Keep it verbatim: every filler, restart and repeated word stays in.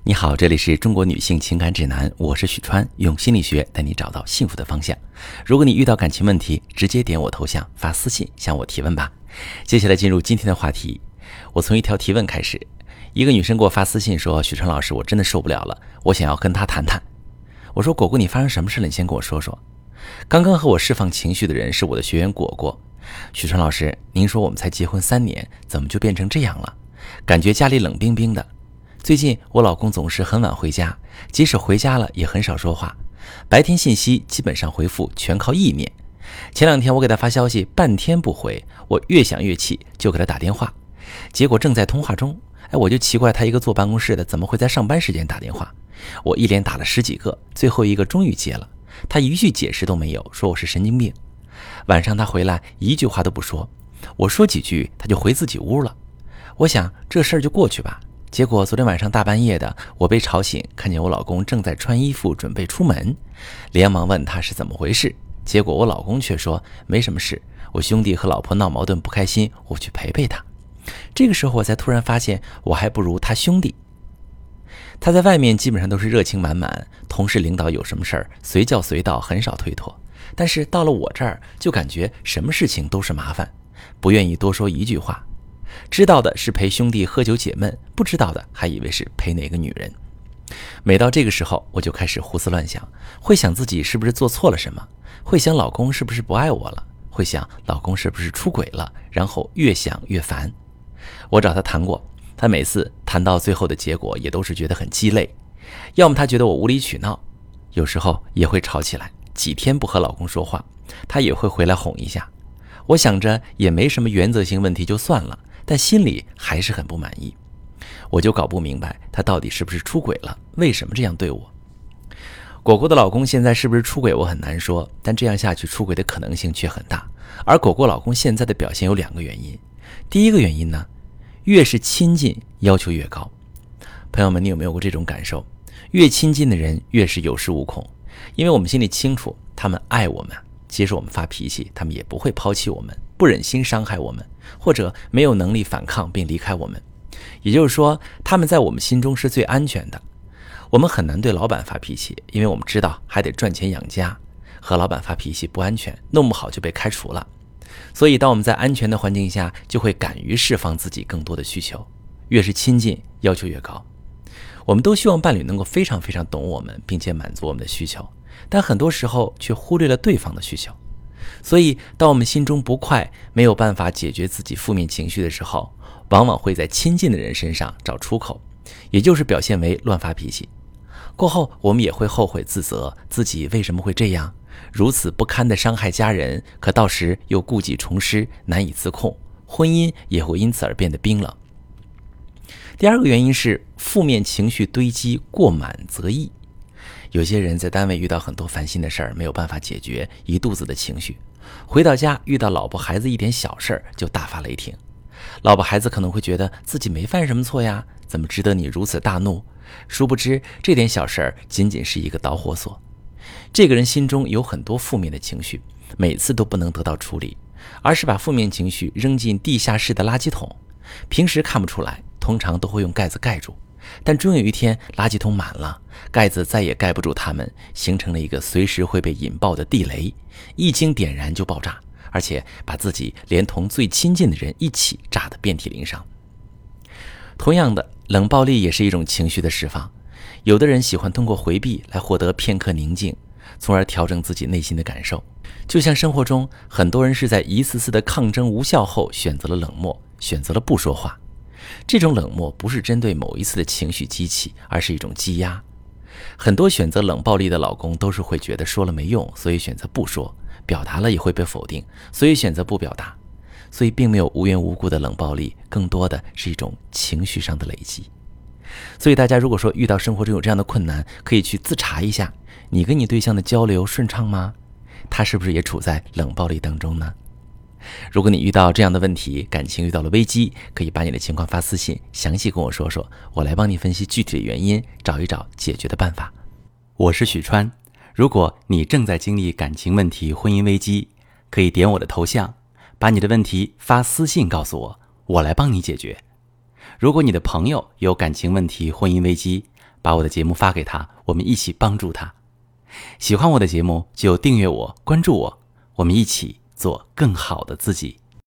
你好，这里是中国女性情感指南，我是许川，用心理学带你找到幸福的方向。如果你遇到感情问题，直接点我头像发私信向我提问吧。接下来进入今天的话题，我从一条提问开始。一个女生给我发私信说，许川老师，我真的受不了了，我想要跟她谈谈。我说，果果，你发生什么事了？你先跟我说说。刚刚和我释放情绪的人是我的学员果果。许川老师，您说我们才结婚三年，怎么就变成这样了？感觉家里冷冰冰的。最近我老公总是很晚回家，即使回家了也很少说话，白天信息基本上回复全靠意念。前两天我给他发消息半天不回，我越想越气，就给他打电话，结果正在通话中，哎，我就奇怪他一个坐办公室的怎么会在上班时间打电话。我一连打了十几个，最后一个终于接了，他一句解释都没有，说我是神经病。晚上他回来一句话都不说，我说几句他就回自己屋了。我想这事儿就过去吧。结果昨天晚上大半夜的，我被吵醒，看见我老公正在穿衣服准备出门，连忙问他是怎么回事。结果我老公却说没什么事，我兄弟和老婆闹矛盾不开心，我去陪陪他。这个时候我才突然发现我还不如他兄弟。他在外面基本上都是热情满满，同事领导有什么事儿随叫随到，很少推脱，但是到了我这儿就感觉什么事情都是麻烦，不愿意多说一句话。知道的是陪兄弟喝酒解闷，不知道的还以为是陪哪个女人。每到这个时候我就开始胡思乱想，会想自己是不是做错了什么，会想老公是不是不爱我了，会想老公是不是出轨了，然后越想越烦。我找他谈过，他每次谈到最后的结果也都是觉得很鸡肋，要么他觉得我无理取闹，有时候也会吵起来，几天不和老公说话，他也会回来哄一下。我想着也没什么原则性问题就算了，但心里还是很不满意。我就搞不明白他到底是不是出轨了，为什么这样对我。果果的老公现在是不是出轨我很难说，但这样下去出轨的可能性却很大。而果果老公现在的表现有两个原因。第一个原因呢，越是亲近要求越高。朋友们，你有没有过这种感受？越亲近的人越是有恃无恐，因为我们心里清楚他们爱我们，即使我们发脾气，他们也不会抛弃我们，不忍心伤害我们，或者没有能力反抗并离开我们。也就是说，他们在我们心中是最安全的。我们很难对老板发脾气，因为我们知道还得赚钱养家，和老板发脾气不安全，弄不好就被开除了。所以当我们在安全的环境下，就会敢于释放自己更多的需求，越是亲近要求越高。我们都希望伴侣能够非常非常懂我们，并且满足我们的需求，但很多时候却忽略了对方的需求。所以当我们心中不快，没有办法解决自己负面情绪的时候，往往会在亲近的人身上找出口，也就是表现为乱发脾气。过后我们也会后悔自责，自己为什么会这样，如此不堪的伤害家人，可到时又故技重施，难以自控，婚姻也会因此而变得冰冷。第二个原因是负面情绪堆积，过满则溢。有些人在单位遇到很多烦心的事儿，没有办法解决，一肚子的情绪，回到家遇到老婆孩子一点小事儿就大发雷霆。老婆孩子可能会觉得自己没犯什么错呀，怎么值得你如此大怒？殊不知这点小事儿仅仅是一个导火索。这个人心中有很多负面的情绪，每次都不能得到处理，而是把负面情绪扔进地下室的垃圾桶。平时看不出来，通常都会用盖子盖住，但终有一天垃圾桶满了，盖子再也盖不住它们，形成了一个随时会被引爆的地雷，一经点燃就爆炸，而且把自己连同最亲近的人一起炸得遍体鳞伤。同样的，冷暴力也是一种情绪的释放。有的人喜欢通过回避来获得片刻宁静，从而调整自己内心的感受。就像生活中很多人是在一次次的抗争无效后选择了冷漠，选择了不说话。这种冷漠不是针对某一次的情绪激起，而是一种积压。很多选择冷暴力的老公都是会觉得说了没用，所以选择不说，表达了也会被否定，所以选择不表达。所以并没有无缘无故的冷暴力，更多的是一种情绪上的累积。所以大家如果说遇到生活中有这样的困难，可以去自查一下，你跟你对象的交流顺畅吗？他是不是也处在冷暴力当中呢？如果你遇到这样的问题，感情遇到了危机，可以把你的情况发私信，详细跟我说说，我来帮你分析具体的原因，找一找解决的办法。我是许川，如果你正在经历感情问题、婚姻危机，可以点我的头像，把你的问题发私信告诉我，我来帮你解决。如果你的朋友有感情问题、婚姻危机， 把我的节目发给他，我们一起帮助他。喜欢我的节目就订阅我，关注我，我们一起做更好的自己。